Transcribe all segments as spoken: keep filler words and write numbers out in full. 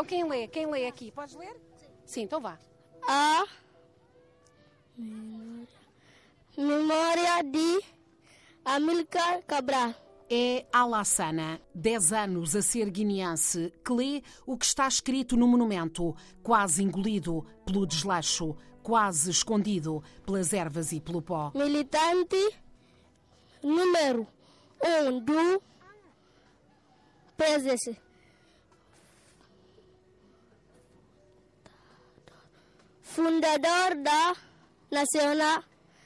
Então quem lê? Quem lê aqui? Podes ler? Sim, então vá. A memória de Amílcar Cabral. É Alassana, dez anos a ser guineense, que lê o que está escrito no monumento, quase engolido pelo desleixo, quase escondido pelas ervas e pelo pó. Militante número um do P S D C. Fundador da Nacional...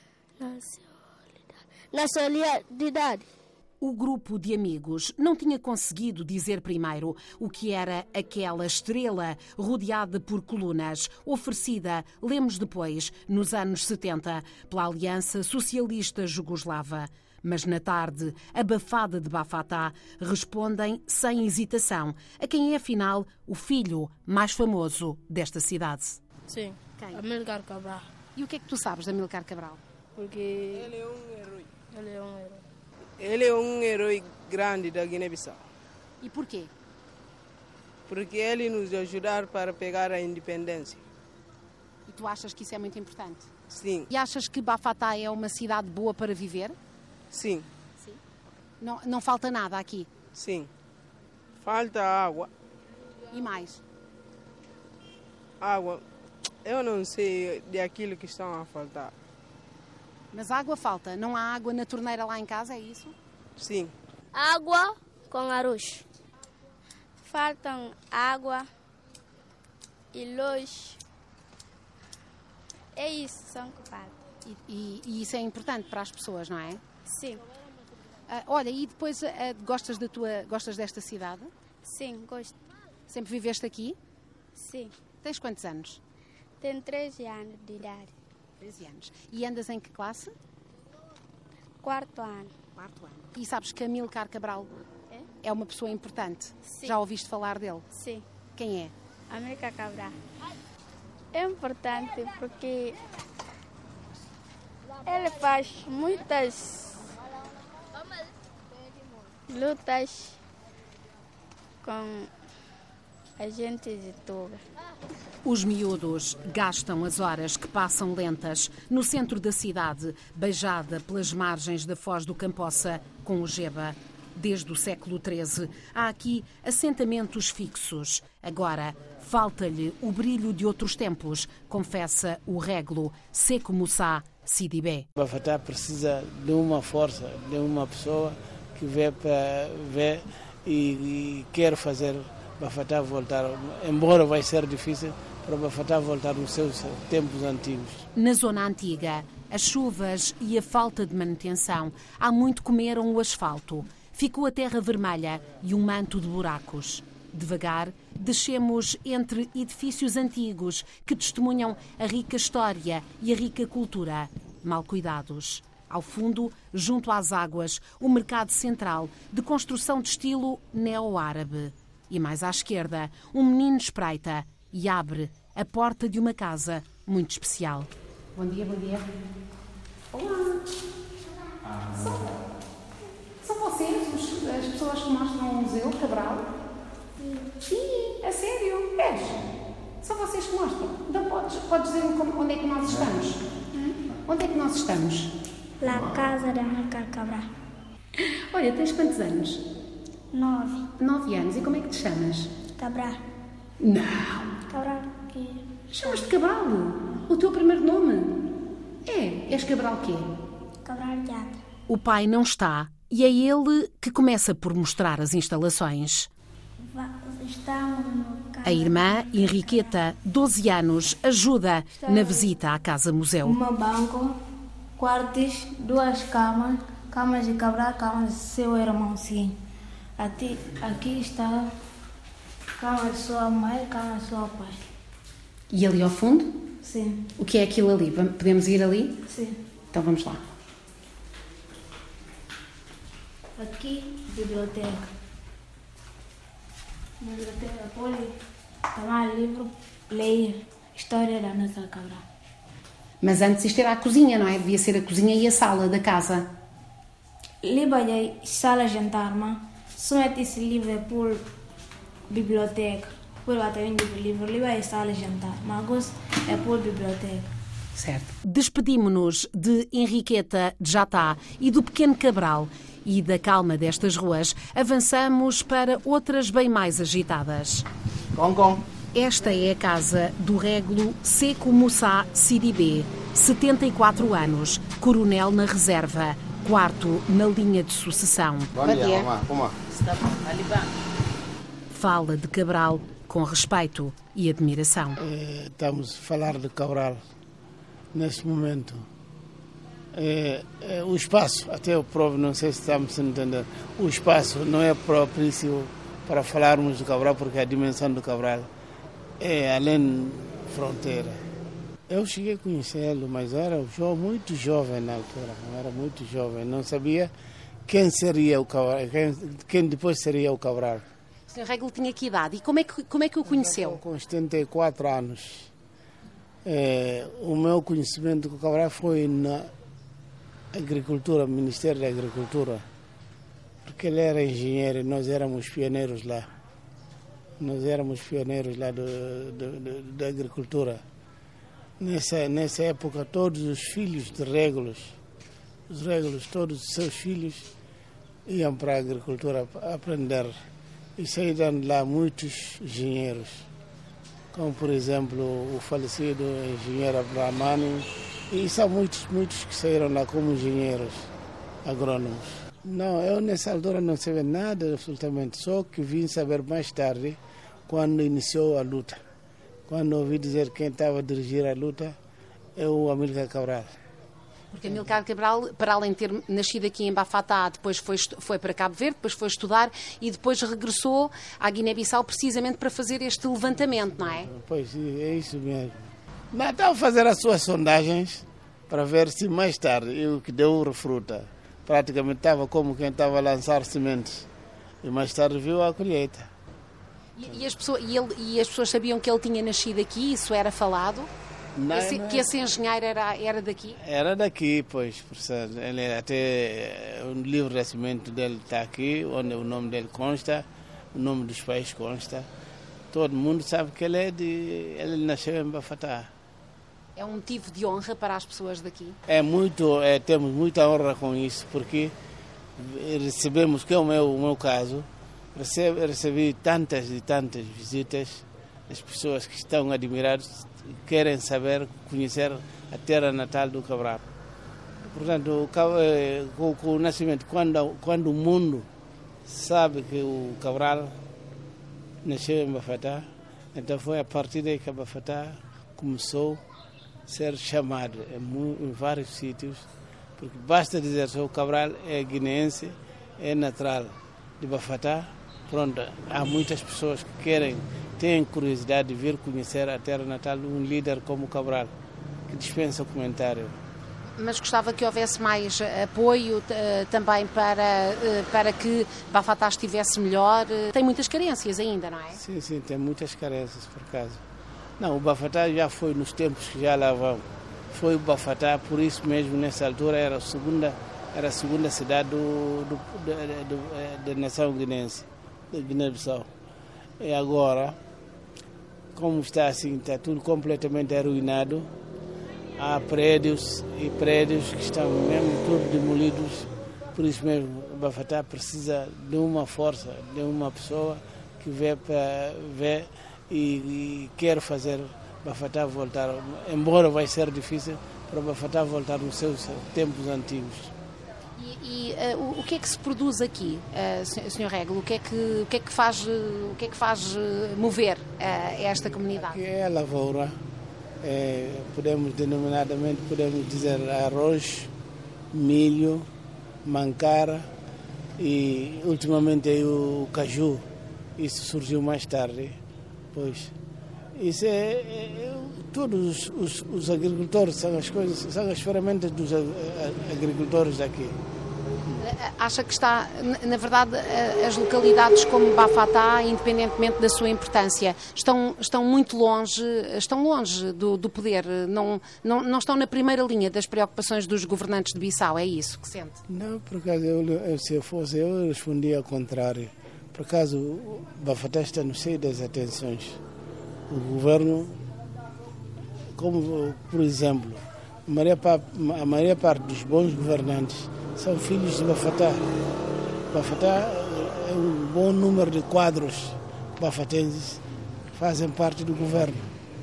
Nacionalidade. O grupo de amigos não tinha conseguido dizer primeiro o que era aquela estrela rodeada por colunas, oferecida, lemos depois, nos anos setenta, pela Aliança Socialista Jugoslava. Mas na tarde, abafada de Bafatá, respondem sem hesitação a quem é, afinal, o filho mais famoso desta cidade. Sim, Quem? Amílcar Cabral. E o que é que tu sabes de Amílcar Cabral? Porque Ele é um herói. ele é um herói. Ele é um herói grande da Guiné-Bissau. E porquê? Porque ele nos ajudar para pegar a independência. E tu achas que isso é muito importante? Sim, E achas que Bafatá é uma cidade boa para viver? sim, Não, não falta nada aqui. sim. Falta água. E mais? Água. Eu não sei de aquilo que estão a faltar. Mas água falta. Não há água na torneira lá em casa, é isso? Sim. Água com arroz. Faltam água e luz. É isso, são que falta. E, e- e isso é importante para as pessoas, não é? Sim, Ah, olha, e depois ah, gostas, da tua, gostas desta cidade? sim, gosto. Sempre viveste aqui? Sim. Tens quantos anos? Tenho treze anos de idade. treze anos. E andas em que classe? Quarto ano. Quarto ano. E sabes que Amílcar Cabral É? é uma pessoa importante? Sim. Já ouviste falar dele? Sim, Quem é? Amílcar Cabral. É importante porque ele faz muitas lutas com a gente de Tuga. Os miúdos gastam as horas que passam lentas no centro da cidade, beijada pelas margens da Foz do Campoça com o Geba. Desde o século treze, há aqui assentamentos fixos. Agora, falta-lhe o brilho de outros tempos, confessa o réglo Seco Moussa Sidibé. Bafatá precisa de uma força, de uma pessoa que vê para ver e, e quer fazer Bafatá voltar, embora vai ser difícil para Bafatá voltar aos seus tempos antigos. Na zona antiga, as chuvas e a falta de manutenção há muito comeram o asfalto. Ficou a terra vermelha e um manto de buracos. Devagar, descemos entre edifícios antigos que testemunham a rica história e a rica cultura. Mal cuidados. Ao fundo, junto às águas, o mercado central, de construção de estilo neo-árabe. E mais à esquerda, um menino espreita e abre a porta de uma casa muito especial. Bom dia, bom dia. Olá. São, são vocês os- as pessoas que mostram o Museu Cabral? Sim, a sério? És? São vocês que mostram? Então podes, podes dizer-me como- onde é que nós estamos? Onde é que nós estamos? La casa de Amílcar Cabral. Olha, tens quantos anos? Nove. Nove anos. E como é que te chamas? Cabral. Não. Cabral que... Chamas-te Cabral. O teu primeiro nome? É. És Cabral quê? Cabral Jada. O pai não está e é ele que começa por mostrar as instalações. Va- Estamos no casa... A irmã Henriqueta, doze anos, ajuda na visita à Casa-Museu. Uma banco, quartos, duas camas, camas de Cabral, camas de seu irmãozinho. Aqui, aqui está cama de sua mãe, cama de sua pai. E ali ao fundo? Sim, O que é aquilo ali? Vam- Podemos ir ali? sim. Então vamos lá. Aqui, biblioteca. Biblioteca pode tomar livro, ler história da nossa Cabral. Mas antes isto era a cozinha, não é? Devia ser a cozinha e a sala da casa. Livro de sala jantar, mas somente esse livro é por biblioteca. Depois lá tem livro, livro, livro é sala de jantar. Mas gosto é por biblioteca. Certo. Despedimo-nos de Henriqueta Jatá e do Pequeno Cabral. E da calma destas ruas, avançamos para outras bem mais agitadas. Com, com. Esta é a casa do régulo Seco Moussa Sidibé, setenta e quatro anos, coronel na reserva, quarto na linha de sucessão. Bom dia, mamãe. Fala de Cabral com respeito e admiração. É, estamos a falar de Cabral neste momento. É, é, o espaço, até o próprio, não sei se estamos a entender, o espaço não é propício para falarmos de Cabral, porque a dimensão do Cabral é além fronteira. Eu cheguei a conhecê-lo, mas era jo- muito jovem na altura, era muito jovem, não sabia quem seria o Cabral, quem, quem depois seria o Cabral. O senhor Régulo tinha que idade? E como é que, como é que o conheceu? Com setenta e quatro anos. É, o meu conhecimento com o Cabral foi na Agricultura, Ministério da Agricultura, porque ele era engenheiro e nós éramos pioneiros lá. Nós éramos pioneiros lá do, do, do, da agricultura. Nessa, nessa época, todos os filhos de régulos, os régulos, todos os seus filhos, iam para a agricultura aprender. E saíram de lá muitos engenheiros, como, por exemplo, o falecido engenheiro Abramani. E são muitos, muitos que saíram lá como engenheiros agrônomos. Não, eu nessa altura não sabia nada absolutamente, só que vim saber mais tarde, quando iniciou a luta. Quando ouvi dizer quem estava a dirigir a luta, é o Amílcar Cabral. Porque Amílcar Cabral, para além de ter nascido aqui em Bafatá, depois foi, foi para Cabo Verde, depois foi estudar e depois regressou à Guiné-Bissau precisamente para fazer este levantamento, não é? Pois, é isso mesmo. Não, estava a fazer as suas sondagens para ver se mais tarde o que deu fruta. Praticamente estava como quem estava a lançar sementes. E mais tarde viu a colheita. E, e, as pessoas, e, ele, e as pessoas sabiam que ele tinha nascido aqui? Isso era falado? Não, esse, não. Que esse engenheiro era, era daqui? Era daqui, pois. Portanto, ele até o livro de nascimento dele está aqui, onde o nome dele consta, o nome dos pais consta. Todo mundo sabe que ele é de, ele nasceu em Bafatá. É um motivo de honra para as pessoas daqui? É muito, é, temos muita honra com isso, porque recebemos, que é o meu, o meu caso, recebe, recebi tantas e tantas visitas, as pessoas que estão admiradas, querem saber, conhecer a terra natal do Cabral. Portanto, com, com o nascimento, quando, quando o mundo sabe que o Cabral nasceu em Bafatá, então foi a partir daí que a Bafatá começou a ser chamado em, em vários sítios, porque basta dizer que o Cabral é guineense, é natural de Bafatá. Pronto, há muitas pessoas que querem, têm curiosidade de vir conhecer a terra natal de um líder como o Cabral, que dispensa comentário. Mas gostava que houvesse mais apoio uh, também para, uh, para que Bafatá estivesse melhor. Uh, tem muitas carências ainda, não é? Sim, sim, tem muitas carências, por acaso. Não, o Bafatá já foi nos tempos que já lá vão. Foi o Bafatá, por isso mesmo, nessa altura, era a segunda, era a segunda cidade do, do, do, do, da nação guinense, da Guiné-Bissau. E agora, como está assim, está tudo completamente arruinado. Há prédios e prédios que estão mesmo tudo demolidos. Por isso mesmo, o Bafatá precisa de uma força, de uma pessoa que vê para ver e, e quer fazer Bafatá voltar, embora vai ser difícil para Bafatá voltar nos seus tempos antigos. E, e uh, o que é que se produz aqui, uh, senhor Régulo? O que é que o que é que faz o que é que faz mover uh, esta comunidade? Aqui é a lavoura. É, podemos denominadamente podemos dizer arroz, milho, mancara e ultimamente aí o caju. Isso surgiu mais tarde, pois isso é, é todos os, os, os agricultores são as coisas, são as ferramentas dos agricultores daqui. Acha que está, na verdade, as localidades como Bafatá, independentemente da sua importância, estão, estão muito longe, estão longe do, do poder, não, não, não estão na primeira linha das preocupações dos governantes de Bissau, é isso que sente? Não, por acaso, eu, se eu fosse eu, respondia ao contrário, Por acaso, Bafatá está no seio das atenções. O governo, como por exemplo, a maior, a maior parte dos bons governantes são filhos de Bafatá. Bafatá é um bom número de quadros bafatenses que fazem parte do governo.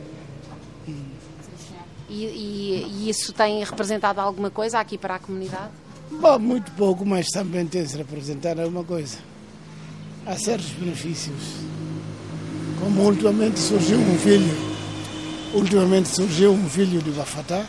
E, e, e isso tem representado alguma coisa aqui para a comunidade? Bom, muito pouco, mas também tem-se representado alguma coisa. Há certos benefícios. Como ultimamente surgiu um filho, ultimamente surgiu um filho de Bafatá,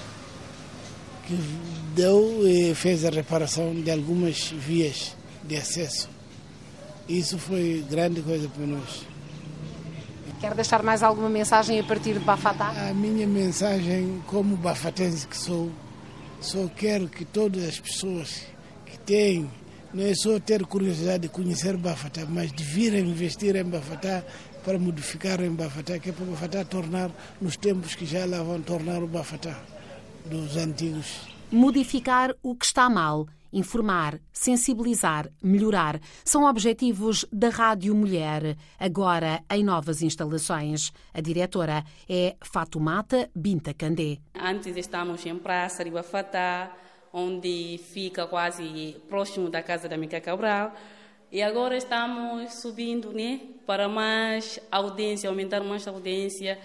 que deu e fez a reparação de algumas vias de acesso. Isso foi grande coisa para nós. Quer deixar mais alguma mensagem a partir de Bafatá? A minha mensagem, como bafatense que sou, só quero que todas as pessoas que têm, não é só ter curiosidade de conhecer Bafatá, mas de vir a investir em Bafatá para modificar em Bafatá, que é para Bafatá tornar, nos tempos que já lá vão tornar o Bafatá dos antigos. Modificar o que está mal, informar, sensibilizar, melhorar, são objetivos da Rádio Mulher, agora em novas instalações. A diretora é Fatoumata Binta Candé. Antes estamos em Praça de Bafatá, onde fica quase próximo da casa da Mica Cabral, e agora estamos subindo, né, para mais audiência, aumentar mais a audiência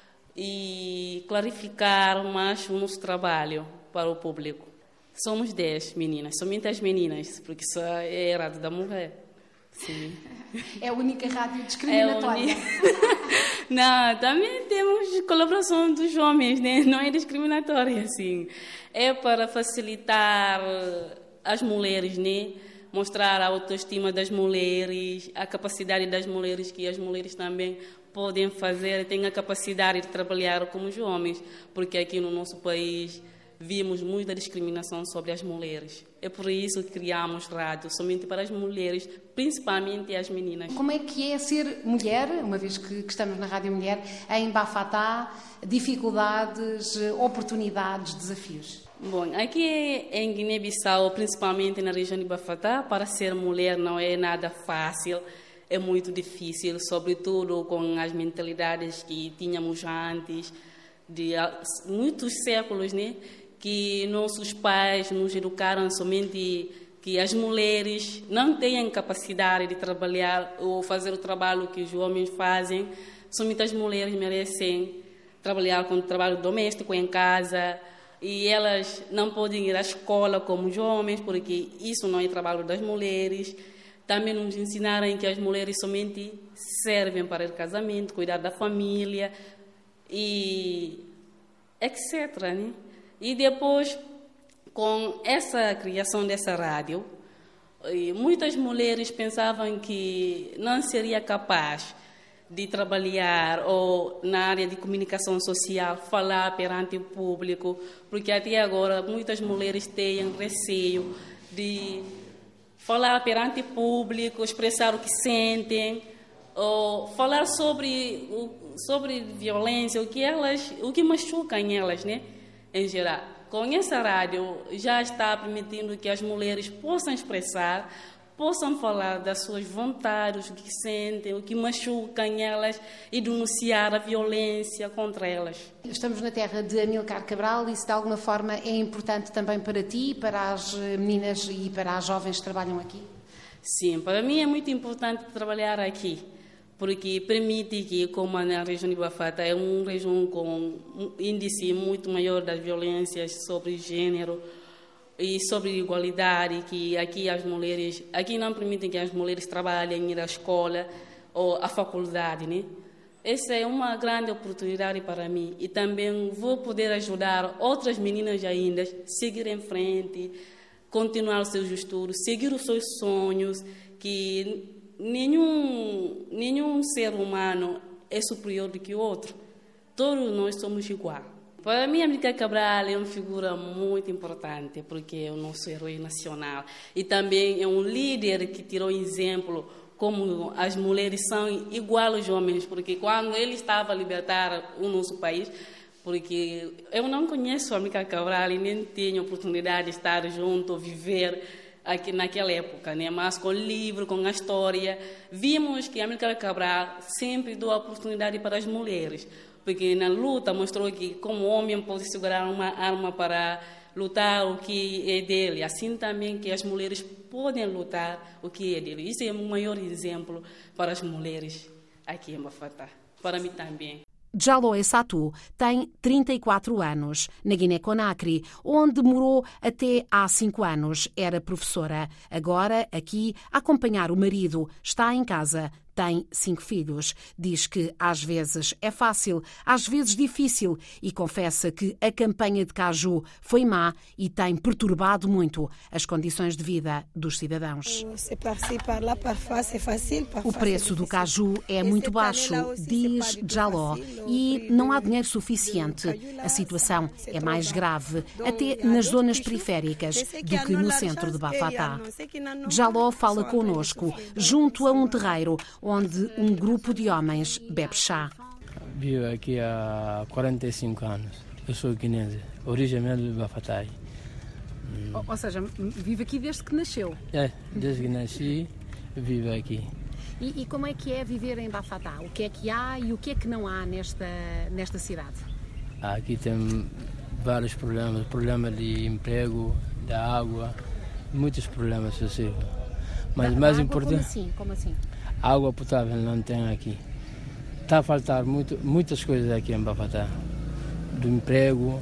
e clarificar mais o nosso trabalho para o público. Somos dez meninas, somente as meninas, porque isso é a rádio da mulher. Sim. É a única rádio discriminatória. É uni... Não, também temos colaboração dos homens, né? Não é discriminatória, assim. É para facilitar as mulheres, né? Mostrar a autoestima das mulheres, a capacidade das mulheres, que as mulheres também podem fazer, têm a capacidade de trabalhar como os homens, porque aqui no nosso país vimos muita discriminação sobre as mulheres. É por isso que criamos rádio, somente para as mulheres, principalmente as meninas. Como é que é ser mulher, uma vez que, que estamos na Rádio Mulher, em Bafatá, dificuldades, oportunidades, desafios? Bom, aqui em Guiné-Bissau, principalmente na região de Bafatá, para ser mulher não é nada fácil, é muito difícil, sobretudo com as mentalidades que tínhamos antes, de muitos séculos, né? Que nossos pais nos educaram somente que as mulheres não têm capacidade de trabalhar ou fazer o trabalho que os homens fazem. Somente as mulheres merecem trabalhar com o trabalho doméstico em casa e elas não podem ir à escola como os homens, porque isso não é trabalho das mulheres. Também nos ensinaram que as mulheres somente servem para o casamento, cuidar da família e etcétera, né? E depois, com essa criação dessa rádio, muitas mulheres pensavam que não seria capaz de trabalhar ou na área de comunicação social, falar perante o público, porque até agora muitas mulheres têm receio de falar perante o público, expressar o que sentem, ou falar sobre sobre violência, o que elas, o que machuca em elas, né, em geral. Com essa rádio já está permitindo que as mulheres possam expressar, possam falar das suas vontades, o que sentem, o que machuca em elas e denunciar a violência contra elas. Estamos na terra de Amílcar Cabral e isso de alguma forma é importante também para ti, para as meninas e para as jovens que trabalham aqui? Sim, para mim é muito importante trabalhar aqui, porque permite que, como na região de Bafatá, é uma região com um índice muito maior das violências sobre gênero e sobre igualdade, que aqui as mulheres, aqui não permitem que as mulheres trabalhem, ir à escola ou à faculdade, né? Essa é uma grande oportunidade para mim e também vou poder ajudar outras meninas ainda a seguir em frente, continuar os seus estudos, seguir os seus sonhos, que nenhum, nenhum ser humano é superior do que o outro. Todos nós somos iguais. Para mim, a Mica Cabral é uma figura muito importante, porque é o nosso herói nacional. E também é um líder que tirou exemplo como as mulheres são igual aos homens, porque quando ele estava a libertar o nosso país, porque eu não conheço a Mica Cabral e nem tenho oportunidade de estar junto, viver aqui naquela época, né? Mas com o livro, com a história, vimos que Amílcar Cabral sempre deu a oportunidade para as mulheres, porque na luta mostrou que como homem pode segurar uma arma para lutar o que é dele, assim também que as mulheres podem lutar o que é dele. Isso é o maior exemplo para as mulheres aqui em Bafatá, para mim também. Jalloh Essatu tem trinta e quatro anos. Na Guiné-Conakry, onde morou até há cinco anos, era professora. Agora, aqui, a acompanhar o marido, está em casa, tem cinco filhos. Diz que às vezes é fácil, às vezes difícil e confessa que a campanha de caju foi má e tem perturbado muito as condições de vida dos cidadãos. O preço do caju é muito baixo, diz Jalloh, e não há dinheiro suficiente. A situação é mais grave, até nas zonas periféricas, do que no centro de Bafatá. Jalloh fala connosco, junto a um terreiro, onde um grupo de homens bebe chá. Vivo aqui há quarenta e cinco anos. Eu sou guinense, origem mesmo de Bafatá. Ou, ou seja, vive aqui desde que nasceu? É, desde que nasci, vivo aqui. E, e como é que é viver em Bafatá? O que é que há e o que é que não há nesta, nesta cidade? Aqui tem vários problemas, problemas de emprego, da água, muitos problemas possíveis. Mas da, mais da água, importante, como assim? Como assim? Água potável não tem aqui. Está a faltar muito, muitas coisas aqui em Bafatá. Do emprego,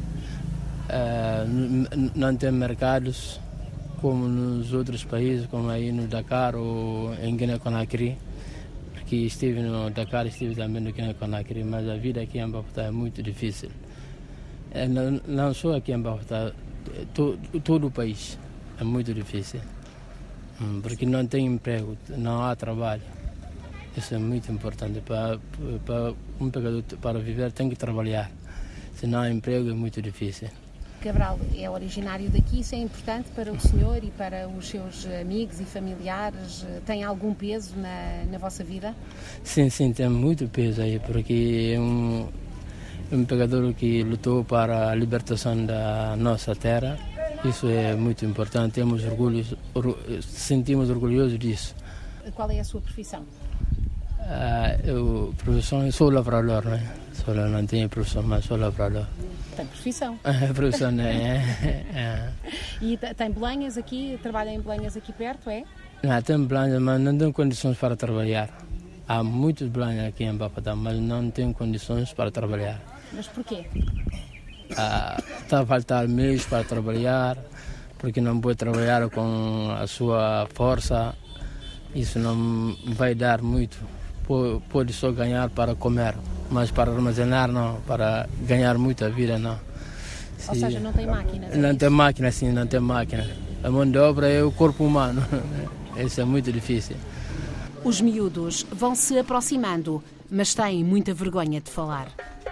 uh, não tem mercados como nos outros países, como aí no Dakar ou em Guiné-Conakry. Porque estive no Dakar, estive também no Guiné-Conakry, mas a vida aqui em Bafatá é muito difícil. É, não, não só aqui em Bafatá, to, todo o país é muito difícil. Porque não tem emprego, não há trabalho. Isso é muito importante. Para, para um pecador, para viver, tem que trabalhar. Se não há emprego, é muito difícil. Cabral é originário daqui, isso é importante para o senhor e para os seus amigos e familiares? Tem algum peso na, na vossa vida? Sim, sim, tem muito peso aí, porque é um, um pecador que lutou para a libertação da nossa terra. Isso é muito importante, temos orgulho, sentimos orgulhosos disso. Qual é a sua profissão? Uh, eu, profissão, sou lavrador, não é? Sou, não tenho profissão, mas sou lavrador. Tem profissão? A profissão é, é. E tem Belenhas aqui, trabalha em Belenhas aqui perto, é? Não, tem Belenhas, mas não tenho condições para trabalhar. Há muitos Belenhas aqui em Bafatá, mas não tenho condições para trabalhar. Mas porquê? Ah, está a faltar meios para trabalhar, porque não pode trabalhar com a sua força. Isso não vai dar muito. Pode só ganhar para comer, mas para armazenar não, para ganhar muita vida não. Ou Se, seja, não tem máquina? Não tem máquina, sim, não tem máquina. A mão de obra é o corpo humano. Isso é muito difícil. Os miúdos vão se aproximando, mas têm muita vergonha de falar.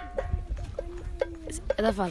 Da fala.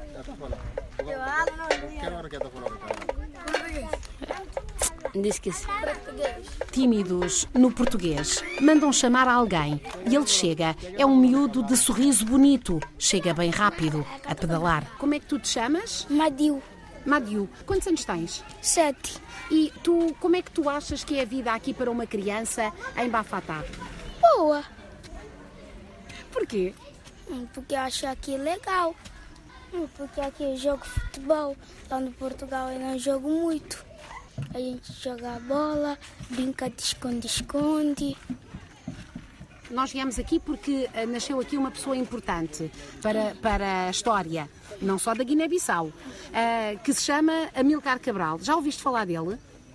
Tímidos no português, mandam chamar a alguém e ele chega. É um miúdo de sorriso bonito, chega bem rápido, a pedalar. Como é que tu te chamas? Madiu. Madiu, quantos anos tens? Sete. E tu, como é que tu achas que é a vida aqui para uma criança em Bafatá? Boa. Porquê? Porque eu acho aqui legal. Porque aqui eu jogo futebol. Lá no Portugal eu não jogo muito. A gente joga bola, brinca de esconde-esconde. Nós viemos aqui porque uh, nasceu aqui uma pessoa importante para, para a história, não só da Guiné-Bissau, uh, que se chama Amílcar Cabral. Já ouviste falar dele?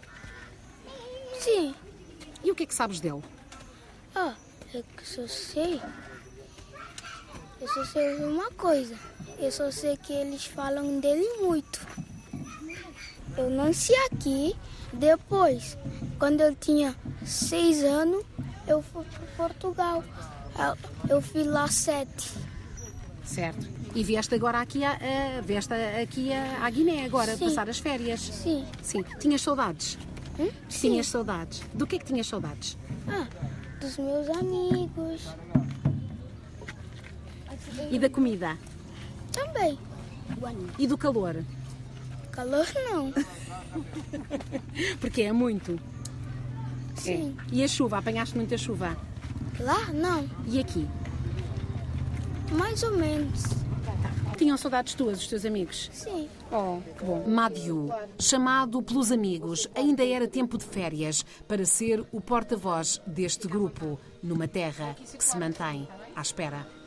Sim. E o que é que sabes dele? Ah, é que só sei. Eu só sei uma coisa. Eu só sei que eles falam dele muito. Eu nasci aqui, depois, quando eu tinha seis anos, eu fui para Portugal. Eu, eu fui lá sete. Certo. E vieste agora aqui, a, a, vieste aqui a, à Guiné agora, Sim. passar as férias? Sim. Sim. Tinhas saudades? Hum? Tinhas Sim. saudades? Do que é que tinhas saudades? Ah, dos meus amigos. E da comida? Também. E do calor? Calor não. Porque é muito. Sim. É. E a chuva? Apanhaste muita chuva? Lá não. E aqui? Mais ou menos. Tinham saudades tuas, os teus amigos? Sim. Oh, que bom. Madiu, chamado pelos amigos, ainda era tempo de férias para ser o porta-voz deste grupo, numa terra que se mantém à espera.